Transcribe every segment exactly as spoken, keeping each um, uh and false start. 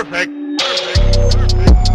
Perfect. Perfect.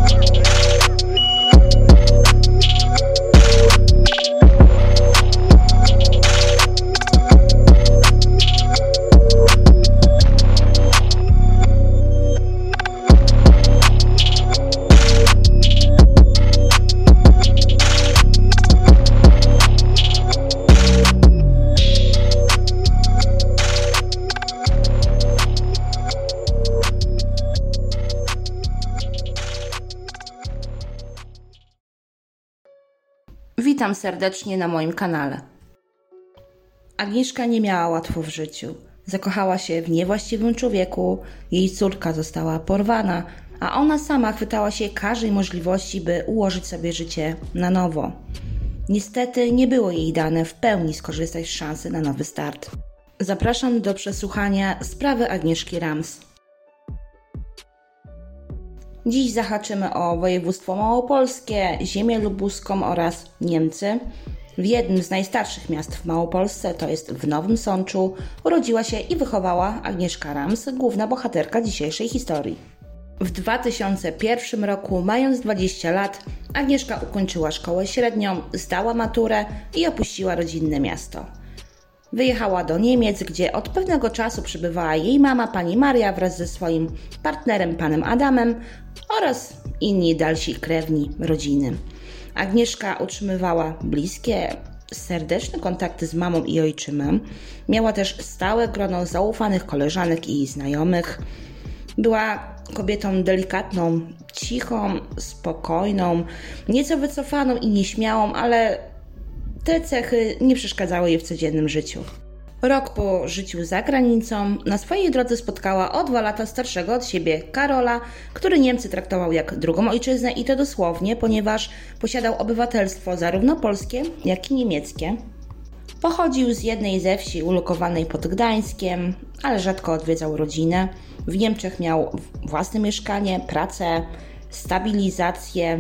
Witam serdecznie na moim kanale. Agnieszka nie miała łatwo w życiu. Zakochała się w niewłaściwym człowieku, jej córka została porwana, a ona sama chwytała się każdej możliwości, by ułożyć sobie życie na nowo. Niestety nie było jej dane w pełni skorzystać z szansy na nowy start. Zapraszam do przesłuchania sprawy Agnieszki Rams. Dziś zahaczymy o województwo małopolskie, ziemię lubuską oraz Niemcy. W jednym z najstarszych miast w Małopolsce, to jest w Nowym Sączu, urodziła się i wychowała Agnieszka Rams, główna bohaterka dzisiejszej historii. W dwa tysiące pierwszym roku, mając dwadzieścia lat, Agnieszka ukończyła szkołę średnią, zdała maturę i opuściła rodzinne miasto. Wyjechała do Niemiec, gdzie od pewnego czasu przebywała jej mama, pani Maria, wraz ze swoim partnerem, panem Adamem, oraz inni dalsi krewni rodziny. Agnieszka utrzymywała bliskie, serdeczne kontakty z mamą i ojczymem. Miała też stałe grono zaufanych koleżanek i znajomych. Była kobietą delikatną, cichą, spokojną, nieco wycofaną i nieśmiałą, ale te cechy nie przeszkadzały jej w codziennym życiu. Rok po życiu za granicą na swojej drodze spotkała o dwa lata starszego od siebie Karola, który Niemcy traktował jak drugą ojczyznę i to dosłownie, ponieważ posiadał obywatelstwo zarówno polskie, jak i niemieckie. Pochodził z jednej ze wsi ulokowanej pod Gdańskiem, ale rzadko odwiedzał rodzinę. W Niemczech miał własne mieszkanie, pracę, stabilizację.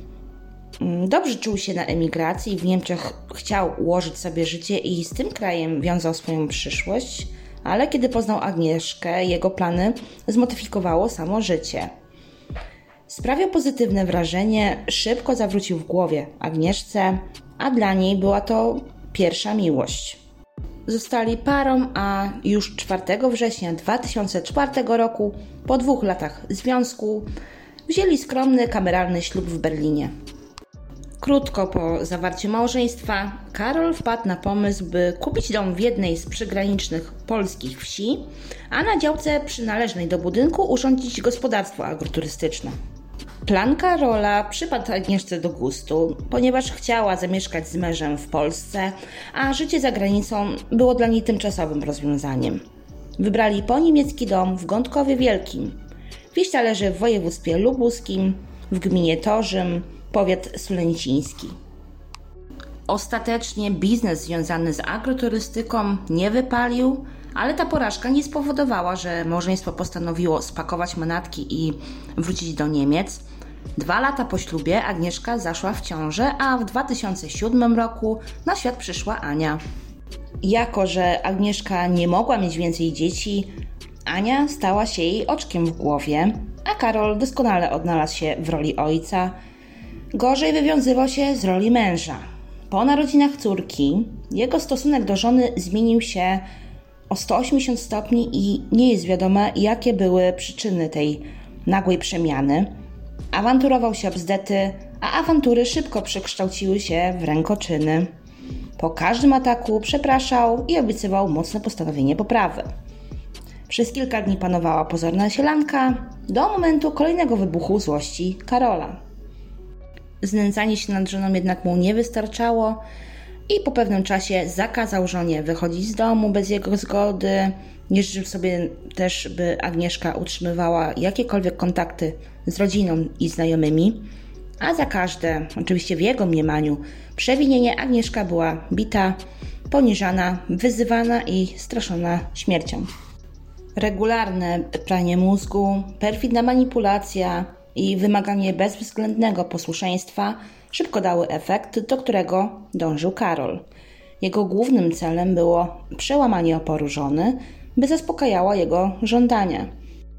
Dobrze czuł się na emigracji, w Niemczech chciał ułożyć sobie życie i z tym krajem wiązał swoją przyszłość, ale kiedy poznał Agnieszkę, jego plany zmodyfikowało samo życie. Sprawiał pozytywne wrażenie, szybko zawrócił w głowie Agnieszce, a dla niej była to pierwsza miłość. Zostali parą, a już czwartego września dwa tysiące czwartego roku, po dwóch latach związku, wzięli skromny, kameralny ślub w Berlinie. Krótko po zawarciu małżeństwa Karol wpadł na pomysł, by kupić dom w jednej z przygranicznych polskich wsi, a na działce przynależnej do budynku urządzić gospodarstwo agroturystyczne. Plan Karola przypadł Agnieszce do gustu, ponieważ chciała zamieszkać z mężem w Polsce, a życie za granicą było dla niej tymczasowym rozwiązaniem. Wybrali poniemiecki dom w Gątkowie Wielkim. Wieś ta leży w województwie lubuskim, w gminie Torzym, powiat sulęciński. Ostatecznie biznes związany z agroturystyką nie wypalił, ale ta porażka nie spowodowała, że małżeństwo postanowiło spakować manatki i wrócić do Niemiec. Dwa lata po ślubie Agnieszka zaszła w ciążę, a w dwa tysiące siódmym roku na świat przyszła Ania. Jako że Agnieszka nie mogła mieć więcej dzieci, Ania stała się jej oczkiem w głowie, a Karol doskonale odnalazł się w roli ojca. Gorzej wywiązywał się z roli męża. Po narodzinach córki jego stosunek do żony zmienił się o sto osiemdziesiąt stopni i nie jest wiadome, jakie były przyczyny tej nagłej przemiany. Awanturował się bzdety, a awantury szybko przekształciły się w rękoczyny. Po każdym ataku przepraszał i obiecywał mocne postanowienie poprawy. Przez kilka dni panowała pozorna sielanka, do momentu kolejnego wybuchu złości Karola. Znęcanie się nad żoną jednak mu nie wystarczało i po pewnym czasie zakazał żonie wychodzić z domu bez jego zgody. Nie życzył sobie też, by Agnieszka utrzymywała jakiekolwiek kontakty z rodziną i znajomymi, a za każde, oczywiście w jego mniemaniu, przewinienie Agnieszka była bita, poniżana, wyzywana i straszona śmiercią. Regularne pranie mózgu, perfidna manipulacja i wymaganie bezwzględnego posłuszeństwa szybko dały efekt, do którego dążył Karol. Jego głównym celem było przełamanie oporu żony, by zaspokajała jego żądania.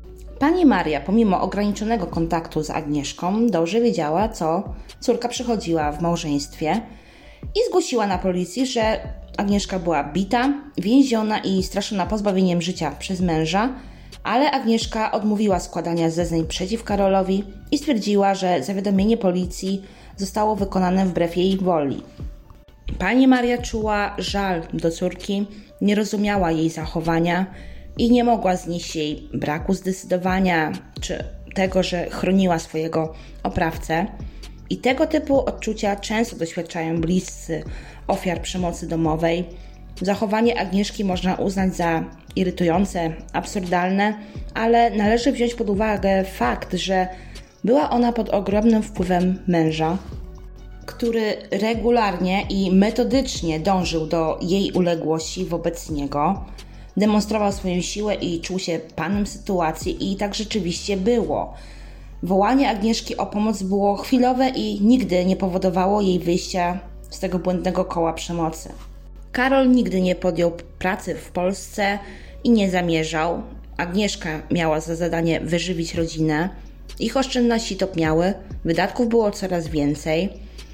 Pani Maria, pomimo ograniczonego kontaktu z Agnieszką, dobrze wiedziała, co córka przechodziła w małżeństwie i zgłosiła na policji, że Agnieszka była bita, więziona i straszona pozbawieniem życia przez męża, ale Agnieszka odmówiła składania zeznań przeciw Karolowi i stwierdziła, że zawiadomienie policji zostało wykonane wbrew jej woli. Pani Maria czuła żal do córki, nie rozumiała jej zachowania i nie mogła znieść jej braku zdecydowania czy tego, że chroniła swojego oprawcę. I tego typu odczucia często doświadczają bliscy ofiar przemocy domowej. Zachowanie Agnieszki można uznać za irytujące, absurdalne, ale należy wziąć pod uwagę fakt, że była ona pod ogromnym wpływem męża, który regularnie i metodycznie dążył do jej uległości wobec niego, demonstrował swoją siłę i czuł się panem sytuacji i tak rzeczywiście było. Wołanie Agnieszki o pomoc było chwilowe i nigdy nie powodowało jej wyjścia z tego błędnego koła przemocy. Karol nigdy nie podjął pracy w Polsce i nie zamierzał. Agnieszka miała za zadanie wyżywić rodzinę. Ich oszczędności topniały, wydatków było coraz więcej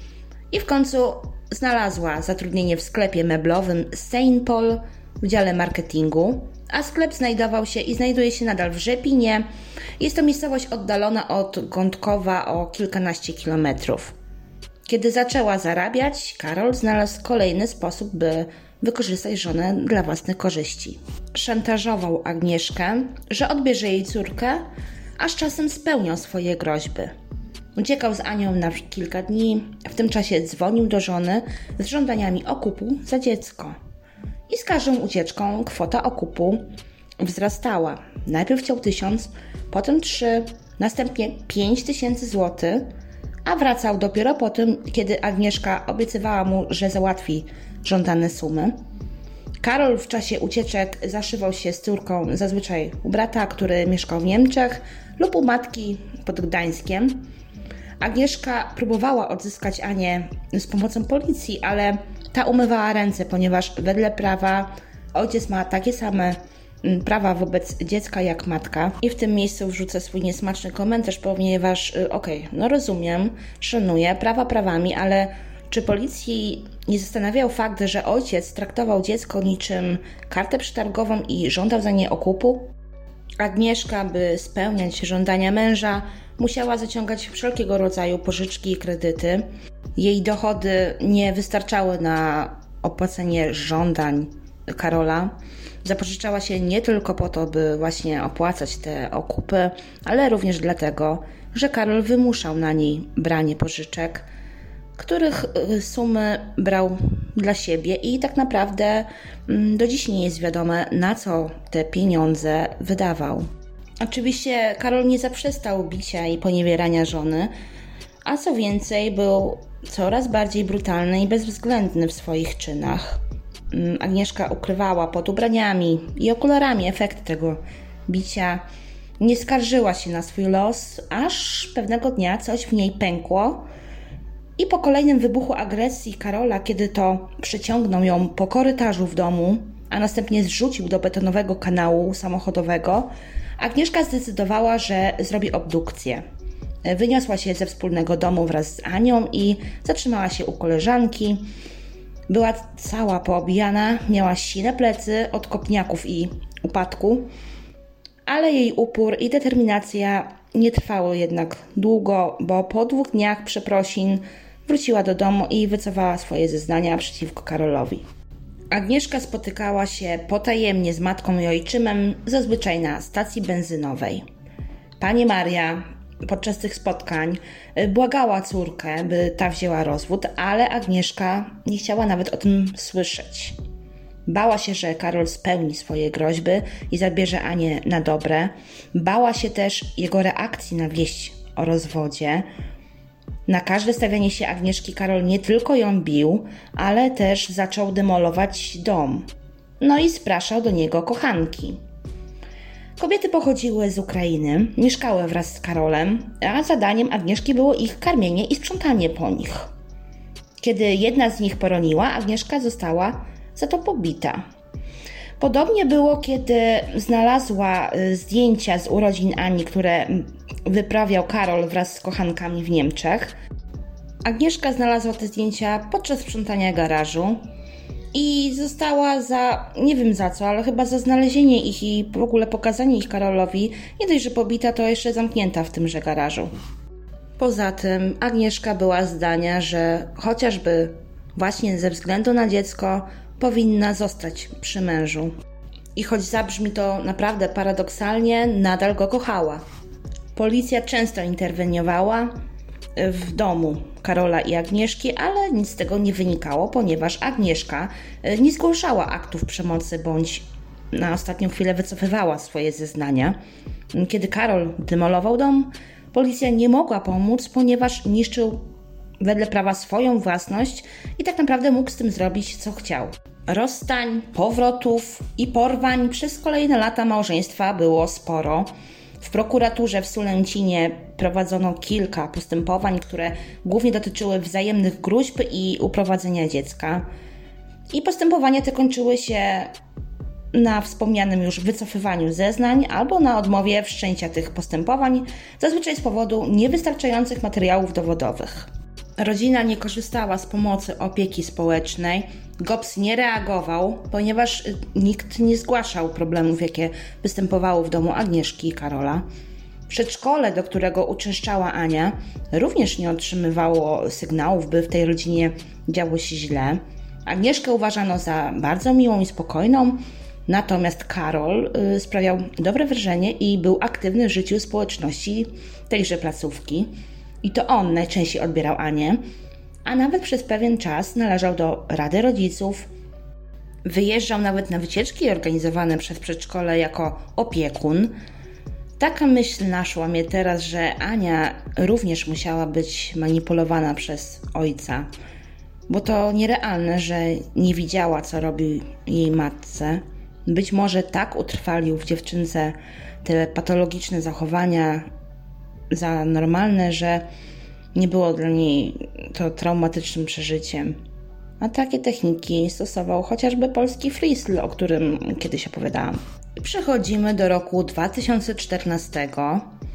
i w końcu znalazła zatrudnienie w sklepie meblowym Saint Paul w dziale marketingu, a sklep znajdował się i znajduje się nadal w Rzepinie. Jest to miejscowość oddalona od Gądkowa o kilkanaście kilometrów. Kiedy zaczęła zarabiać, Karol znalazł kolejny sposób, by wykorzystać żonę dla własnych korzyści. Szantażował Agnieszkę, że odbierze jej córkę, a z czasem spełniał swoje groźby. Uciekał z Anią na kilka dni, w tym czasie dzwonił do żony z żądaniami okupu za dziecko. I z każdą ucieczką kwota okupu wzrastała. Najpierw chciał tysiąc, potem trzy, następnie pięć tysięcy złotych, a wracał dopiero po tym, kiedy Agnieszka obiecywała mu, że załatwi żądane sumy. Karol w czasie ucieczek zaszywał się z córką zazwyczaj u brata, który mieszkał w Niemczech lub u matki pod Gdańskiem. Agnieszka próbowała odzyskać Anię z pomocą policji, ale ta umywała ręce, ponieważ wedle prawa ojciec ma takie same prawa wobec dziecka jak matka. I w tym miejscu wrzucę swój niesmaczny komentarz, ponieważ okej, okay, no rozumiem, szanuję prawa prawami, ale czy policji nie zastanawiał fakt, że ojciec traktował dziecko niczym kartę przetargową i żądał za nie okupu? Agnieszka, by spełniać żądania męża, musiała zaciągać wszelkiego rodzaju pożyczki i kredyty. Jej dochody nie wystarczały na opłacenie żądań Karola. Zapożyczała się nie tylko po to, by właśnie opłacać te okupy, ale również dlatego, że Karol wymuszał na niej branie pożyczek, których sumy brał dla siebie i tak naprawdę do dziś nie jest wiadome, na co te pieniądze wydawał. Oczywiście Karol nie zaprzestał bicia i poniewierania żony, a co więcej był coraz bardziej brutalny i bezwzględny w swoich czynach. Agnieszka ukrywała pod ubraniami i okularami efekty tego bicia. Nie skarżyła się na swój los, aż pewnego dnia coś w niej pękło i po kolejnym wybuchu agresji Karola, kiedy to przeciągnął ją po korytarzu w domu, a następnie zrzucił do betonowego kanału samochodowego, Agnieszka zdecydowała, że zrobi obdukcję. Wyniosła się ze wspólnego domu wraz z Anią i zatrzymała się u koleżanki. Była cała poobijana, miała sine plecy od kopniaków i upadku, ale jej upór i determinacja nie trwały jednak długo, bo po dwóch dniach przeprosin wróciła do domu i wycofała swoje zeznania przeciwko Karolowi. Agnieszka spotykała się potajemnie z matką i ojczymem, zazwyczaj na stacji benzynowej. Pani Maria podczas tych spotkań błagała córkę, by ta wzięła rozwód, ale Agnieszka nie chciała nawet o tym słyszeć. Bała się, że Karol spełni swoje groźby i zabierze Anię na dobre. Bała się też jego reakcji na wieść o rozwodzie. Na każde stawianie się Agnieszki Karol nie tylko ją bił, ale też zaczął demolować dom. No i spraszał do niego kochanki. Kobiety pochodziły z Ukrainy, mieszkały wraz z Karolem, a zadaniem Agnieszki było ich karmienie i sprzątanie po nich. Kiedy jedna z nich poroniła, Agnieszka została za to pobita. Podobnie było, kiedy znalazła zdjęcia z urodzin Ani, które wyprawiał Karol wraz z kochankami w Niemczech. Agnieszka znalazła te zdjęcia podczas sprzątania garażu i została za, nie wiem za co, ale chyba za znalezienie ich i w ogóle pokazanie ich Karolowi, nie dość, że pobita, to jeszcze zamknięta w tymże garażu. Poza tym Agnieszka była zdania, że chociażby właśnie ze względu na dziecko powinna zostać przy mężu. I choć zabrzmi to naprawdę paradoksalnie, nadal go kochała. Policja często interweniowała w domu Karola i Agnieszki, ale nic z tego nie wynikało, ponieważ Agnieszka nie zgłaszała aktów przemocy bądź na ostatnią chwilę wycofywała swoje zeznania. Kiedy Karol demolował dom, policja nie mogła pomóc, ponieważ niszczył wedle prawa swoją własność i tak naprawdę mógł z tym zrobić, co chciał. Rozstań, powrotów i porwań przez kolejne lata małżeństwa było sporo. W prokuraturze w Sulęcinie prowadzono kilka postępowań, które głównie dotyczyły wzajemnych gróźb i uprowadzenia dziecka. I postępowania te kończyły się na wspomnianym już wycofywaniu zeznań albo na odmowie wszczęcia tych postępowań, zazwyczaj z powodu niewystarczających materiałów dowodowych. Rodzina nie korzystała z pomocy opieki społecznej. G O P S nie reagował, ponieważ nikt nie zgłaszał problemów, jakie występowały w domu Agnieszki i Karola. Przedszkole, do którego uczęszczała Ania, również nie otrzymywało sygnałów, by w tej rodzinie działo się źle. Agnieszkę uważano za bardzo miłą i spokojną, natomiast Karol y, sprawiał dobre wrażenie i był aktywny w życiu społeczności tejże placówki. I to on najczęściej odbierał Anię, a nawet przez pewien czas należał do Rady Rodziców. Wyjeżdżał nawet na wycieczki organizowane przez przedszkole jako opiekun. Taka myśl naszła mnie teraz, że Ania również musiała być manipulowana przez ojca, bo to nierealne, że nie widziała, co robi jej matce. Być może tak utrwalił w dziewczynce te patologiczne zachowania za normalne, że nie było dla niej to traumatycznym przeżyciem. A takie techniki stosował chociażby polski freestyle, o którym kiedyś opowiadałam. Przechodzimy do roku dwa tysiące czternastego.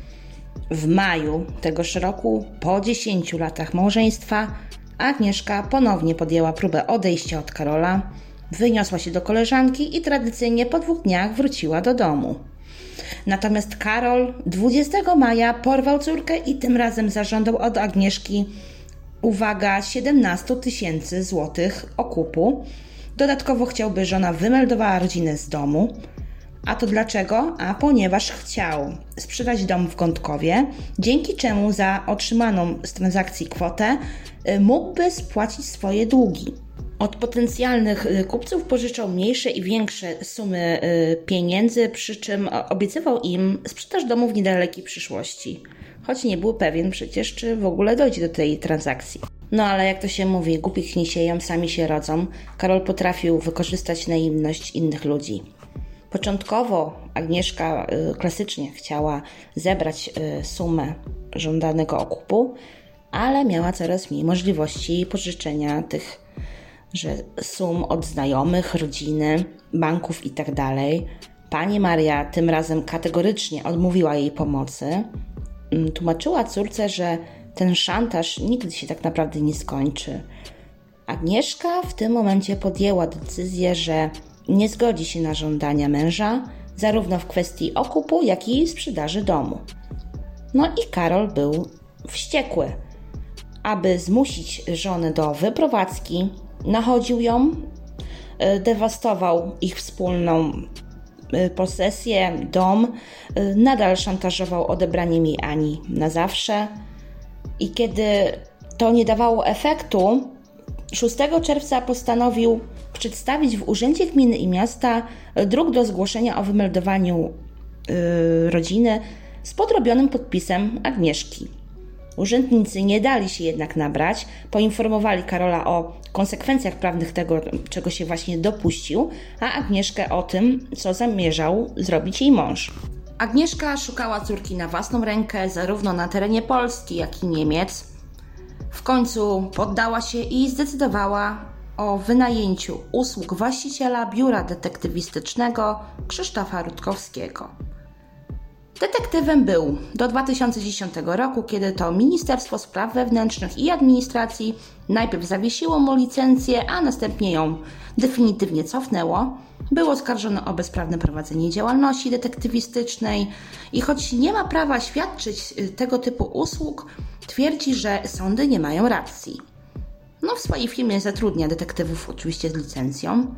W maju tegoż roku, po dziesięciu latach małżeństwa, Agnieszka ponownie podjęła próbę odejścia od Karola, wyniosła się do koleżanki i tradycyjnie po dwóch dniach wróciła do domu. Natomiast Karol dwudziestego maja porwał córkę i tym razem zażądał od Agnieszki, uwaga, siedemnaście tysięcy złotych okupu. Dodatkowo chciał, by żona wymeldowała rodzinę z domu. A to dlaczego? A ponieważ chciał sprzedać dom w Gątkowie, dzięki czemu za otrzymaną z transakcji kwotę mógłby spłacić swoje długi. Od potencjalnych kupców pożyczał mniejsze i większe sumy pieniędzy, przy czym obiecywał im sprzedaż domu w niedalekiej przyszłości. Choć nie był pewien przecież, czy w ogóle dojdzie do tej transakcji. No ale jak to się mówi, głupich nie sieją, sami się rodzą. Karol potrafił wykorzystać naiwność innych ludzi. Początkowo Agnieszka klasycznie chciała zebrać sumę żądanego okupu, ale miała coraz mniej możliwości pożyczenia tych że sum od znajomych, rodziny, banków itd. Pani Maria tym razem kategorycznie odmówiła jej pomocy. Tłumaczyła córce, że ten szantaż nigdy się tak naprawdę nie skończy. Agnieszka w tym momencie podjęła decyzję, że nie zgodzi się na żądania męża, zarówno w kwestii okupu, jak i sprzedaży domu. No i Karol był wściekły. Aby zmusić żonę do wyprowadzki, nachodził ją, dewastował ich wspólną posesję, dom, nadal szantażował odebraniem jej Ani na zawsze. I kiedy to nie dawało efektu, szóstego czerwca postanowił przedstawić w Urzędzie Gminy i Miasta druk do zgłoszenia o wymeldowaniu yy, rodziny z podrobionym podpisem Agnieszki. Urzędnicy nie dali się jednak nabrać, poinformowali Karola o konsekwencjach prawnych tego, czego się właśnie dopuścił, a Agnieszkę o tym, co zamierzał zrobić jej mąż. Agnieszka szukała córki na własną rękę, zarówno na terenie Polski, jak i Niemiec. W końcu poddała się i zdecydowała o wynajęciu usług właściciela biura detektywistycznego Krzysztofa Rutkowskiego. Detektywem był do dwa tysiące dziesiątego roku, kiedy to Ministerstwo Spraw Wewnętrznych i Administracji najpierw zawiesiło mu licencję, a następnie ją definitywnie cofnęło. Był oskarżony o bezprawne prowadzenie działalności detektywistycznej i choć nie ma prawa świadczyć tego typu usług, twierdzi, że sądy nie mają racji. No, w swojej firmie zatrudnia detektywów oczywiście z licencją.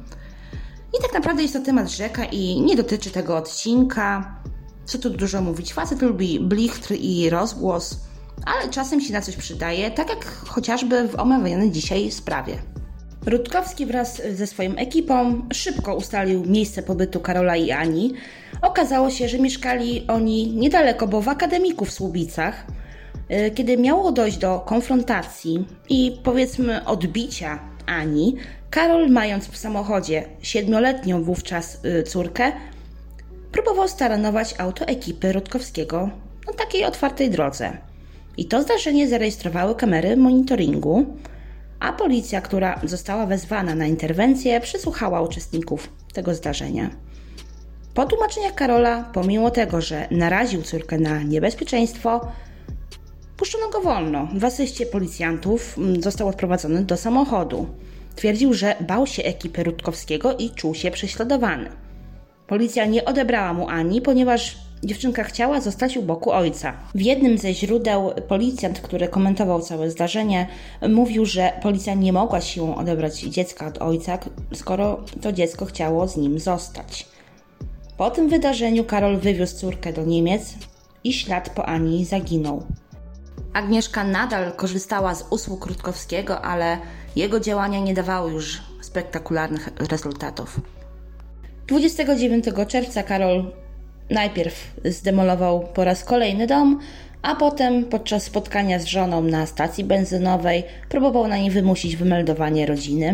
I tak naprawdę jest to temat rzeka i nie dotyczy tego odcinka. Co tu dużo mówić, facet lubi blichtr i rozgłos, ale czasem się na coś przydaje, tak jak chociażby w omawianej dzisiaj sprawie. Rutkowski wraz ze swoją ekipą szybko ustalił miejsce pobytu Karola i Ani. Okazało się, że mieszkali oni niedaleko, bo w Akademiku w Słubicach. Kiedy miało dojść do konfrontacji i powiedzmy odbicia Ani, Karol, mając w samochodzie siedmioletnią wówczas córkę, próbował staranować auto ekipy Rutkowskiego na takiej otwartej drodze. I to zdarzenie zarejestrowały kamery monitoringu, a policja, która została wezwana na interwencję, przesłuchała uczestników tego zdarzenia. Po tłumaczeniach Karola, pomimo tego, że naraził córkę na niebezpieczeństwo, puszczono go wolno. W asyście policjantów został odprowadzony do samochodu. Twierdził, że bał się ekipy Rutkowskiego i czuł się prześladowany. Policja nie odebrała mu Ani, ponieważ dziewczynka chciała zostać u boku ojca. W jednym ze źródeł policjant, który komentował całe zdarzenie, mówił, że policja nie mogła siłą odebrać dziecka od ojca, skoro to dziecko chciało z nim zostać. Po tym wydarzeniu Karol wywiózł córkę do Niemiec i ślad po Ani zaginął. Agnieszka nadal korzystała z usług Rutkowskiego, ale jego działania nie dawały już spektakularnych rezultatów. dwudziestego dziewiątego czerwca Karol najpierw zdemolował po raz kolejny dom, a potem podczas spotkania z żoną na stacji benzynowej próbował na niej wymusić wymeldowanie rodziny.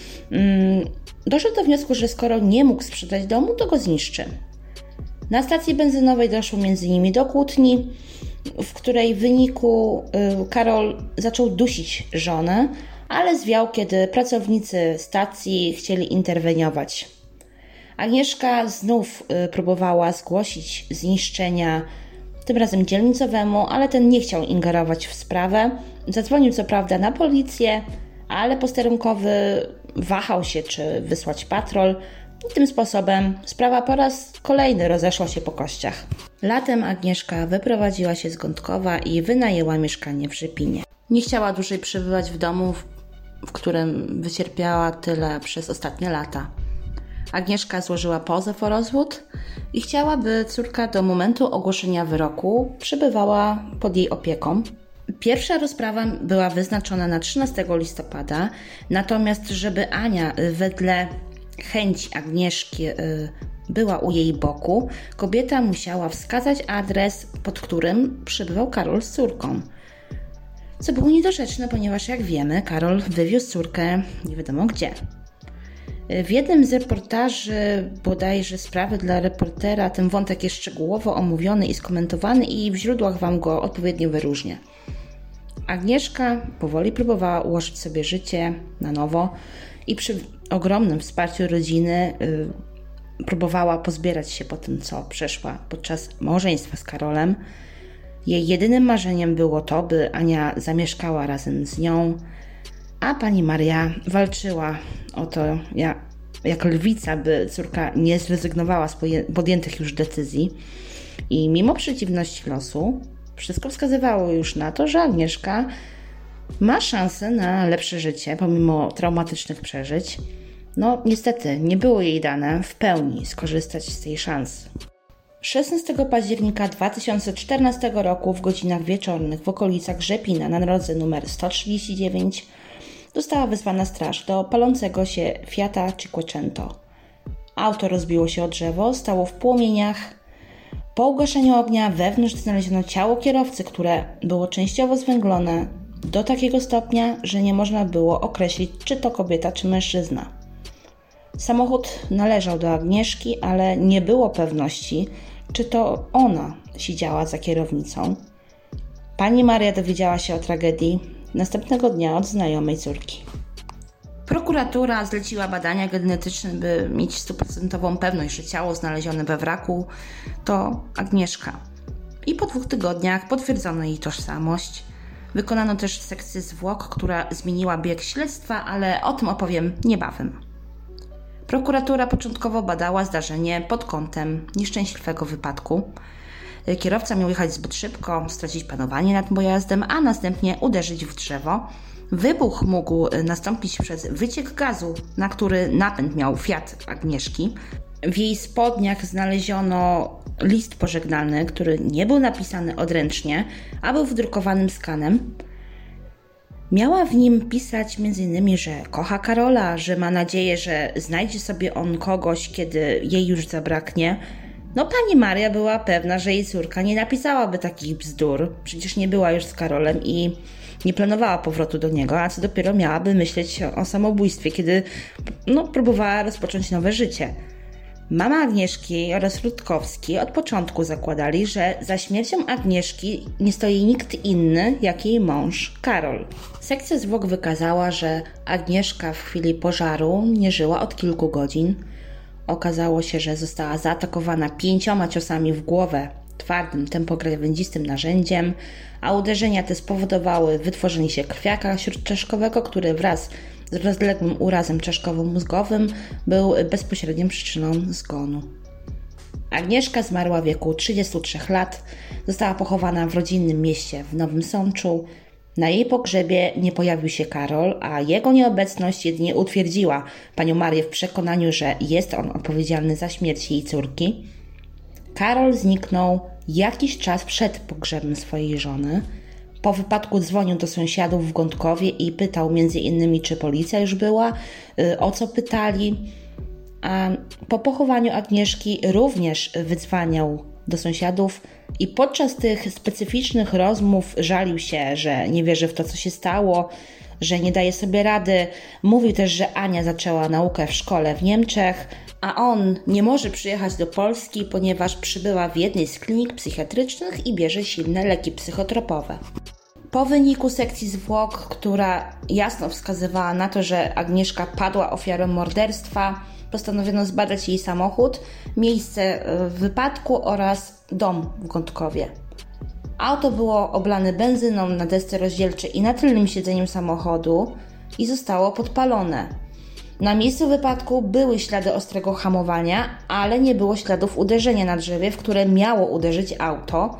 Doszedł do wniosku, że skoro nie mógł sprzedać domu, to go zniszczy. Na stacji benzynowej doszło między nimi do kłótni, w której w wyniku Karol zaczął dusić żonę, ale zwiał, kiedy pracownicy stacji chcieli interweniować. Agnieszka znów próbowała zgłosić zniszczenia, tym razem dzielnicowemu, ale ten nie chciał ingerować w sprawę. Zadzwonił co prawda na policję, ale posterunkowy wahał się, czy wysłać patrol. I tym sposobem sprawa po raz kolejny rozeszła się po kościach. Latem Agnieszka wyprowadziła się z Gątkowa i wynajęła mieszkanie w Rzepinie. Nie chciała dłużej przebywać w domu, w którym wycierpiała tyle przez ostatnie lata. Agnieszka złożyła pozew o rozwód i chciała, by córka do momentu ogłoszenia wyroku przebywała pod jej opieką. Pierwsza rozprawa była wyznaczona na trzynastego listopada, natomiast żeby Ania wedle chęci Agnieszki była u jej boku, kobieta musiała wskazać adres, pod którym przebywał Karol z córką. Co było niedorzeczne, ponieważ jak wiemy, Karol wywiózł córkę nie wiadomo gdzie. W jednym z reportaży bodajże sprawy dla reportera ten wątek jest szczegółowo omówiony i skomentowany i w źródłach Wam go odpowiednio wyróżnię. Agnieszka powoli próbowała ułożyć sobie życie na nowo i przy ogromnym wsparciu rodziny yy, próbowała pozbierać się po tym, co przeszła podczas małżeństwa z Karolem. Jej jedynym marzeniem było to, by Ania zamieszkała razem z nią, a pani Maria walczyła o to jak, jak lwica, by córka nie zrezygnowała z podjętych już decyzji. I mimo przeciwności losu, wszystko wskazywało już na to, że Agnieszka ma szansę na lepsze życie, pomimo traumatycznych przeżyć. No niestety, nie było jej dane w pełni skorzystać z tej szansy. szesnastego października dwa tysiące czternastego roku w godzinach wieczornych w okolicach Rzepina na drodze numer sto trzydzieści dziewięć została wezwana straż do palącego się Fiata Cinquecento. Auto rozbiło się o drzewo, stało w płomieniach. Po ugaszeniu ognia wewnątrz znaleziono ciało kierowcy, które było częściowo zwęglone do takiego stopnia, że nie można było określić, czy to kobieta, czy mężczyzna. Samochód należał do Agnieszki, ale nie było pewności, czy to ona siedziała za kierownicą. Pani Maria dowiedziała się o tragedii następnego dnia od znajomej córki. Prokuratura zleciła badania genetyczne, by mieć stuprocentową pewność, że ciało znalezione we wraku to Agnieszka. I po dwóch tygodniach potwierdzono jej tożsamość. Wykonano też sekcję zwłok, która zmieniła bieg śledztwa, ale o tym opowiem niebawem. Prokuratura początkowo badała zdarzenie pod kątem nieszczęśliwego wypadku. Kierowca miał jechać zbyt szybko, stracić panowanie nad pojazdem, a następnie uderzyć w drzewo. Wybuch mógł nastąpić przez wyciek gazu, na który napęd miał Fiat Agnieszki. W jej spodniach znaleziono list pożegnalny, który nie był napisany odręcznie, a był wydrukowanym skanem. Miała w nim pisać między innymi, że kocha Karola, że ma nadzieję, że znajdzie sobie on kogoś, kiedy jej już zabraknie. No pani Maria była pewna, że jej córka nie napisałaby takich bzdur. Przecież nie była już z Karolem i nie planowała powrotu do niego, a co dopiero miałaby myśleć o samobójstwie, kiedy no, próbowała rozpocząć nowe życie. Mama Agnieszki oraz Rutkowski od początku zakładali, że za śmiercią Agnieszki nie stoi nikt inny jak jej mąż, Karol. Sekcja zwłok wykazała, że Agnieszka w chwili pożaru nie żyła od kilku godzin. Okazało się, że została zaatakowana pięcioma ciosami w głowę twardym, tempokrawędzistym narzędziem, a uderzenia te spowodowały wytworzenie się krwiaka śródczaszkowego, który wraz z rozległym urazem czaszkowo-mózgowym był bezpośrednią przyczyną zgonu. Agnieszka zmarła w wieku trzydziestu trzech lat, została pochowana w rodzinnym mieście w Nowym Sączu. Na jej pogrzebie nie pojawił się Karol, a jego nieobecność jedynie utwierdziła panią Marię w przekonaniu, że jest on odpowiedzialny za śmierć jej córki. Karol zniknął jakiś czas przed pogrzebem swojej żony. Po wypadku dzwonił do sąsiadów w Gądkowie i pytał między innymi, czy policja już była, o co pytali. A po pochowaniu Agnieszki również wydzwaniał do sąsiadów i podczas tych specyficznych rozmów żalił się, że nie wierzy w to, co się stało, że nie daje sobie rady. Mówił też, że Ania zaczęła naukę w szkole w Niemczech, a on nie może przyjechać do Polski, ponieważ przybyła w jednej z klinik psychiatrycznych i bierze silne leki psychotropowe. Po wyniku sekcji zwłok, która jasno wskazywała na to, że Agnieszka padła ofiarą morderstwa, postanowiono zbadać jej samochód, miejsce wypadku oraz dom w Gądkowie. Auto było oblane benzyną na desce rozdzielczej i na tylnym siedzeniu samochodu i zostało podpalone. Na miejscu wypadku były ślady ostrego hamowania, ale nie było śladów uderzenia na drzewie, w które miało uderzyć auto.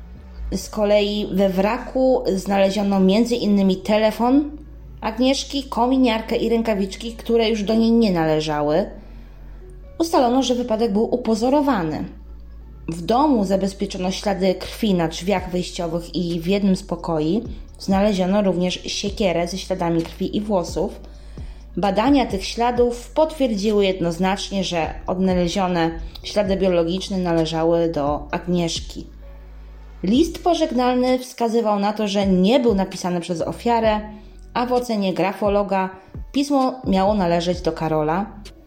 Z kolei we wraku znaleziono między innymi telefon Agnieszki, kominiarkę i rękawiczki, które już do niej nie należały. Ustalono, że wypadek był upozorowany. W domu zabezpieczono ślady krwi na drzwiach wejściowych i w jednym z pokoi znaleziono również siekierę ze śladami krwi i włosów. Badania tych śladów potwierdziły jednoznacznie, że odnalezione ślady biologiczne należały do Agnieszki. List pożegnalny wskazywał na to, że nie był napisany przez ofiarę, a w ocenie grafologa pismo miało należeć do Karola.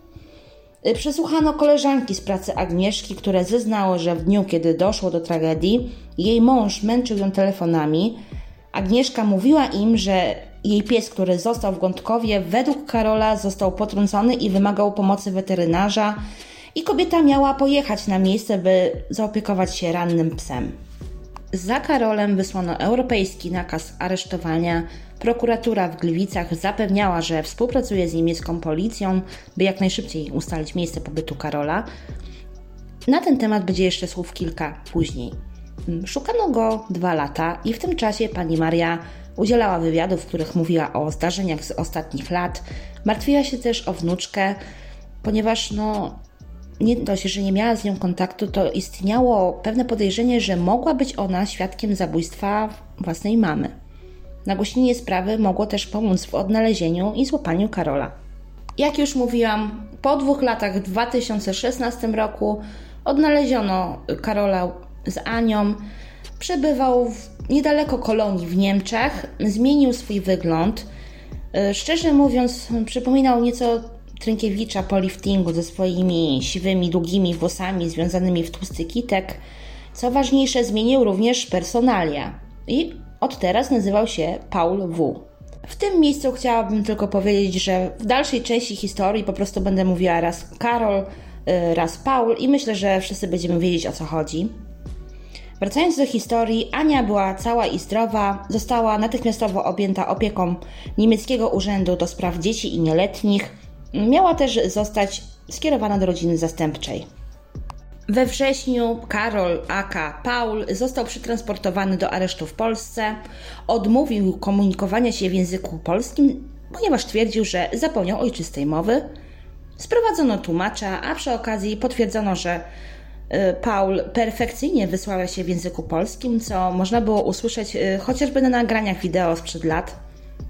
Przesłuchano koleżanki z pracy Agnieszki, które zeznały, że w dniu, kiedy doszło do tragedii, jej mąż męczył ją telefonami. Agnieszka mówiła im, że jej pies, który został w Gądkowie, według Karola został potrącony i wymagał pomocy weterynarza i kobieta miała pojechać na miejsce, by zaopiekować się rannym psem. Za Karolem wysłano europejski nakaz aresztowania. Prokuratura w Gliwicach zapewniała, że współpracuje z niemiecką policją, by jak najszybciej ustalić miejsce pobytu Karola. Na ten temat będzie jeszcze słów kilka później. Szukano go dwa lata i w tym czasie pani Maria udzielała wywiadów, w których mówiła o zdarzeniach z ostatnich lat. Martwiła się też o wnuczkę, ponieważ no, nie dość, że nie miała z nią kontaktu, to istniało pewne podejrzenie, że mogła być ona świadkiem zabójstwa własnej mamy. Nagłośnienie sprawy mogło też pomóc w odnalezieniu i złapaniu Karola. Jak już mówiłam, po dwóch latach w dwa tysiące szesnastym roku odnaleziono Karola z Anią. Przebywał w niedaleko Kolonii w Niemczech, zmienił swój wygląd. Szczerze mówiąc, przypominał nieco Trynkiewicza po liftingu ze swoimi siwymi, długimi włosami związanymi w tłusty kitek. Co ważniejsze, zmienił również personalia i od teraz nazywał się Paul W. W tym miejscu chciałabym tylko powiedzieć, że w dalszej części historii po prostu będę mówiła raz Karol, raz Paul i myślę, że wszyscy będziemy wiedzieć, o co chodzi. Wracając do historii, Ania była cała i zdrowa, została natychmiastowo objęta opieką niemieckiego urzędu do spraw dzieci i nieletnich. Miała też zostać skierowana do rodziny zastępczej. We wrześniu Karol aka Paul został przetransportowany do aresztu w Polsce. Odmówił komunikowania się w języku polskim, ponieważ twierdził, że zapomniał ojczystej mowy. Sprowadzono tłumacza, a przy okazji potwierdzono, że Paul perfekcyjnie wysławia się w języku polskim, co można było usłyszeć chociażby na nagraniach wideo sprzed lat.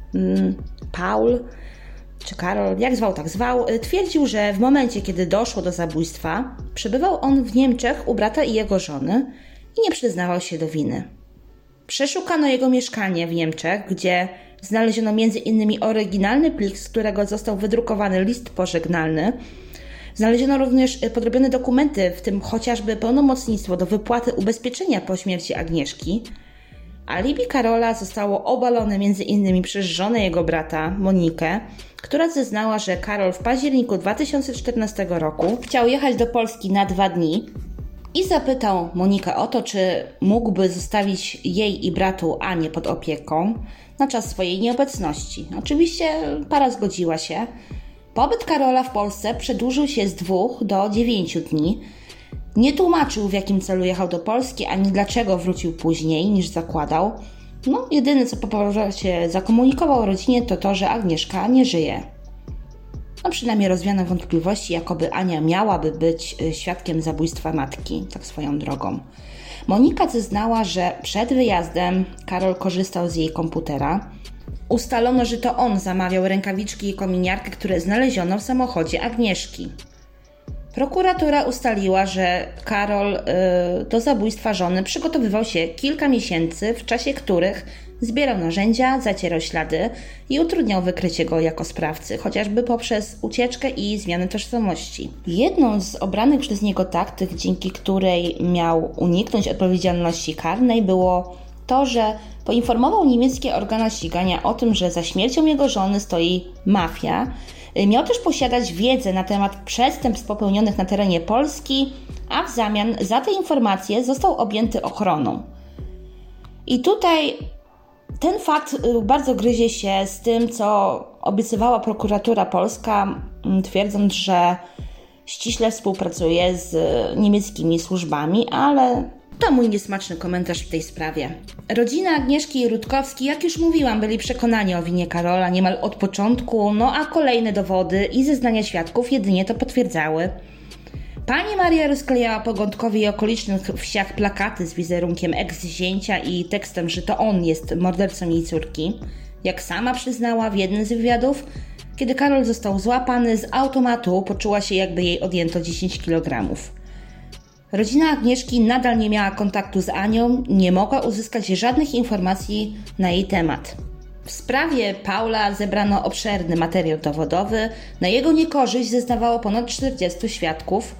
Paul, czy Karol, jak zwał, tak zwał, twierdził, że w momencie, kiedy doszło do zabójstwa, przebywał on w Niemczech u brata i jego żony i nie przyznawał się do winy. Przeszukano jego mieszkanie w Niemczech, gdzie znaleziono między innymi oryginalny plik, z którego został wydrukowany list pożegnalny. Znaleziono również podrobione dokumenty, w tym chociażby pełnomocnictwo do wypłaty ubezpieczenia po śmierci Agnieszki. Alibi Karola zostało obalone między innymi przez żonę jego brata, Monikę, która zeznała, że Karol w październiku dwa tysiące czternastego roku chciał jechać do Polski na dwa dni i zapytał Monikę o to, czy mógłby zostawić jej i bratu Anię pod opieką na czas swojej nieobecności. Oczywiście para zgodziła się. Pobyt Karola w Polsce przedłużył się z dwóch do dziewięciu dni. Nie tłumaczył, w jakim celu jechał do Polski, ani dlaczego wrócił później niż zakładał. No, jedyne co po powrocie zakomunikował rodzinie, to to, że Agnieszka nie żyje. No, przynajmniej rozwiano wątpliwości, jakoby Ania miałaby być świadkiem zabójstwa matki, tak swoją drogą. Monika zeznała, że przed wyjazdem Karol korzystał z jej komputera. Ustalono, że to on zamawiał rękawiczki i kominiarkę, które znaleziono w samochodzie Agnieszki. Prokuratura ustaliła, że Karol yy, do zabójstwa żony przygotowywał się kilka miesięcy, w czasie których zbierał narzędzia, zacierał ślady i utrudniał wykrycie go jako sprawcy, chociażby poprzez ucieczkę i zmianę tożsamości. Jedną z obranych przez niego taktyk, dzięki której miał uniknąć odpowiedzialności karnej, było to, że poinformował niemieckie organa ścigania o tym, że za śmiercią jego żony stoi mafia. Miał też posiadać wiedzę na temat przestępstw popełnionych na terenie Polski, a w zamian za te informacje został objęty ochroną. I tutaj ten fakt bardzo gryzie się z tym, co obiecywała prokuratura polska, twierdząc, że ściśle współpracuje z niemieckimi służbami, ale to mój niesmaczny komentarz w tej sprawie. Rodzina Agnieszki i Rutkowski, jak już mówiłam, byli przekonani o winie Karola niemal od początku, no a kolejne dowody i zeznania świadków jedynie to potwierdzały. Pani Maria rozklejała po Gądkowie i okolicznych wsiach plakaty z wizerunkiem ex-zięcia i tekstem, że to on jest mordercą jej córki. Jak sama przyznała w jednym z wywiadów, kiedy Karol został złapany z automatu, poczuła się, jakby jej odjęto dziesięć kilogramów. Rodzina Agnieszki nadal nie miała kontaktu z Anią, nie mogła uzyskać żadnych informacji na jej temat. W sprawie Paula zebrano obszerny materiał dowodowy, na jego niekorzyść zeznawało ponad czterdziestu świadków.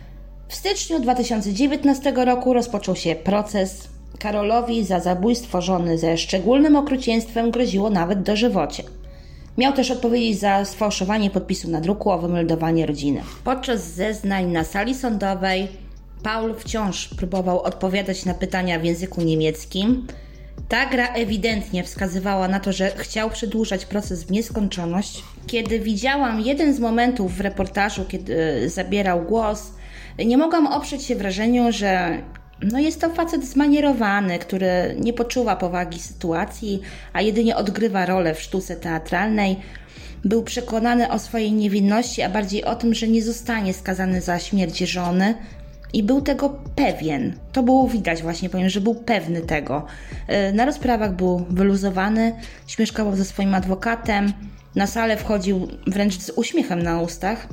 W styczniu dwa tysiące dziewiętnastego roku rozpoczął się proces. Karolowi za zabójstwo żony ze szczególnym okrucieństwem groziło nawet dożywocie. Miał też odpowiedzieć za sfałszowanie podpisu na druku o wymeldowanie rodziny. Podczas zeznań na sali sądowej Paul wciąż próbował odpowiadać na pytania w języku niemieckim. Ta gra ewidentnie wskazywała na to, że chciał przedłużać proces w nieskończoność. Kiedy widziałam jeden z momentów w reportażu, kiedy zabierał głos, nie mogłam oprzeć się wrażeniu, że no jest to facet zmanierowany, który nie poczuwa powagi sytuacji, a jedynie odgrywa rolę w sztuce teatralnej. Był przekonany o swojej niewinności, a bardziej o tym, że nie zostanie skazany za śmierć żony. I był tego pewien. To było widać właśnie, powiem, że był pewny tego. Na rozprawach był wyluzowany, śmieszkował ze swoim adwokatem, na salę wchodził wręcz z uśmiechem na ustach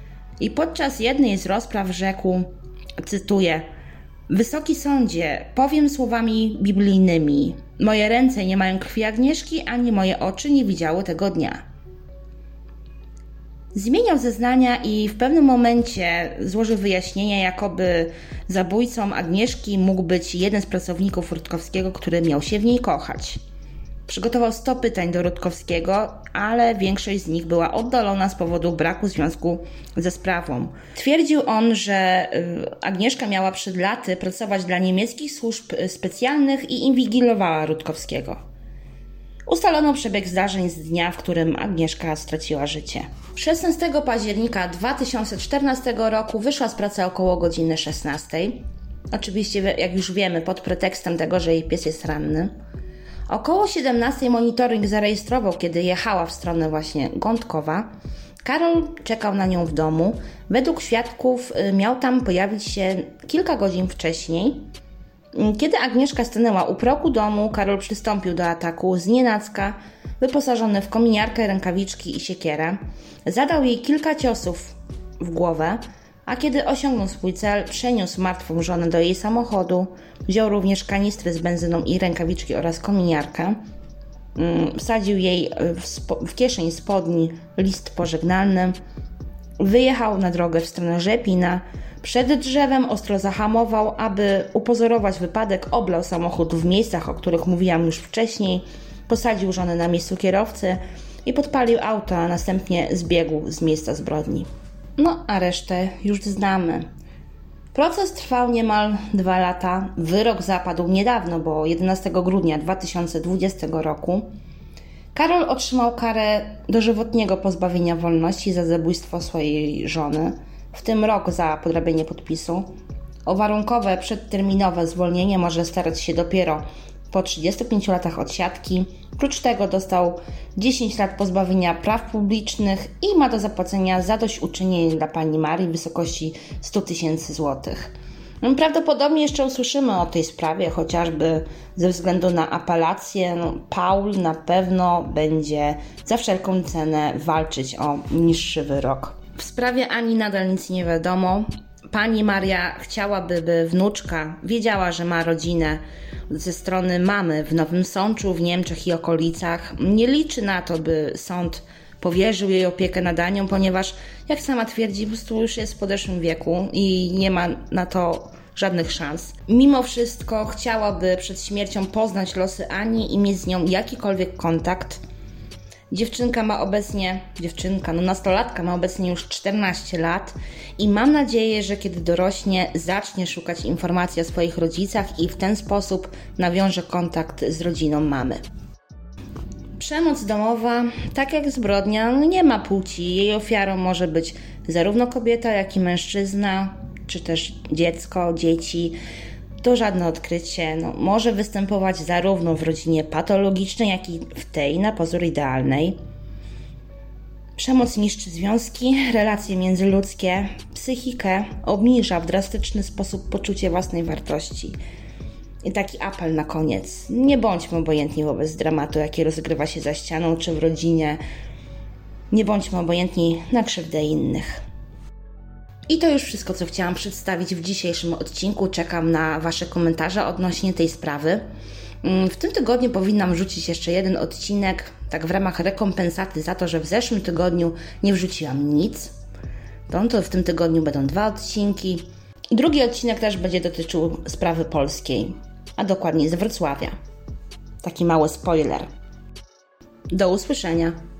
i podczas jednej z rozpraw rzekł, cytuję: Wysoki sądzie, powiem słowami biblijnymi, moje ręce nie mają krwi Agnieszki, ani moje oczy nie widziały tego dnia. Zmieniał zeznania i w pewnym momencie złożył wyjaśnienia, jakoby zabójcą Agnieszki mógł być jeden z pracowników Rutkowskiego, który miał się w niej kochać. Przygotował sto pytań do Rutkowskiego, ale większość z nich była oddalona z powodu braku związku ze sprawą. Twierdził on, że Agnieszka miała przed laty pracować dla niemieckich służb specjalnych i inwigilowała Rutkowskiego. Ustalono przebieg zdarzeń z dnia, w którym Agnieszka straciła życie. szesnastego października dwa tysiące czternastego roku wyszła z pracy około godziny szesnastej. Oczywiście, jak już wiemy, pod pretekstem tego, że jej pies jest ranny. Około siedemnastej monitoring zarejestrował, kiedy jechała w stronę właśnie Gądkowa. Karol czekał na nią w domu. Według świadków miał tam pojawić się kilka godzin wcześniej. Kiedy Agnieszka stanęła u progu domu, Karol przystąpił do ataku znienacka, wyposażony w kominiarkę, rękawiczki i siekierę. Zadał jej kilka ciosów w głowę, a kiedy osiągnął swój cel, przeniósł martwą żonę do jej samochodu, wziął również kanistry z benzyną i rękawiczki oraz kominiarkę. Wsadził jej w, spo- w kieszeń spodni list pożegnalny, wyjechał na drogę w stronę Rzepina. Przed drzewem ostro zahamował, aby upozorować wypadek, oblał samochód w miejscach, o których mówiłam już wcześniej, posadził żonę na miejscu kierowcy i podpalił auto, a następnie zbiegł z miejsca zbrodni. No, a resztę już znamy. Proces trwał niemal dwa lata. Wyrok zapadł niedawno, bo jedenastego grudnia dwa tysiące dwudziestego roku. Karol otrzymał karę dożywotniego pozbawienia wolności za zabójstwo swojej żony, w tym rok za podrabianie podpisu. O warunkowe, przedterminowe zwolnienie może starać się dopiero po trzydziestu pięciu latach odsiadki. Oprócz tego dostał dziesięć lat pozbawienia praw publicznych i ma do zapłacenia zadośćuczynienie dla pani Marii w wysokości stu tysięcy złotych. Prawdopodobnie jeszcze usłyszymy o tej sprawie, chociażby ze względu na apelację. No, Paul na pewno będzie za wszelką cenę walczyć o niższy wyrok. W sprawie Ani nadal nic nie wiadomo. Pani Maria chciałaby, by wnuczka wiedziała, że ma rodzinę ze strony mamy w Nowym Sączu, w Niemczech i okolicach. Nie liczy na to, by sąd powierzył jej opiekę nad Anią, ponieważ, jak sama twierdzi, po prostu już jest w podeszłym wieku i nie ma na to żadnych szans. Mimo wszystko chciałaby przed śmiercią poznać losy Ani i mieć z nią jakikolwiek kontakt. Dziewczynka ma obecnie, dziewczynka, no nastolatka ma obecnie już czternaście lat i mam nadzieję, że kiedy dorośnie, zacznie szukać informacji o swoich rodzicach i w ten sposób nawiąże kontakt z rodziną mamy. Przemoc domowa, tak jak zbrodnia, no nie ma płci. Jej ofiarą może być zarówno kobieta, jak i mężczyzna, czy też dziecko, dzieci. To żadne odkrycie. No, może występować zarówno w rodzinie patologicznej, jak i w tej na pozór idealnej. Przemoc niszczy związki, relacje międzyludzkie, psychikę, obniża w drastyczny sposób poczucie własnej wartości. I taki apel na koniec. Nie bądźmy obojętni wobec dramatu, jaki rozgrywa się za ścianą czy w rodzinie. Nie bądźmy obojętni na krzywdę innych. I to już wszystko, co chciałam przedstawić w dzisiejszym odcinku. Czekam na Wasze komentarze odnośnie tej sprawy. W tym tygodniu powinnam wrzucić jeszcze jeden odcinek, tak w ramach rekompensaty za to, że w zeszłym tygodniu nie wrzuciłam nic. To, to w tym tygodniu będą dwa odcinki. Drugi odcinek też będzie dotyczył sprawy polskiej, a dokładniej z Wrocławia. Taki mały spoiler. Do usłyszenia.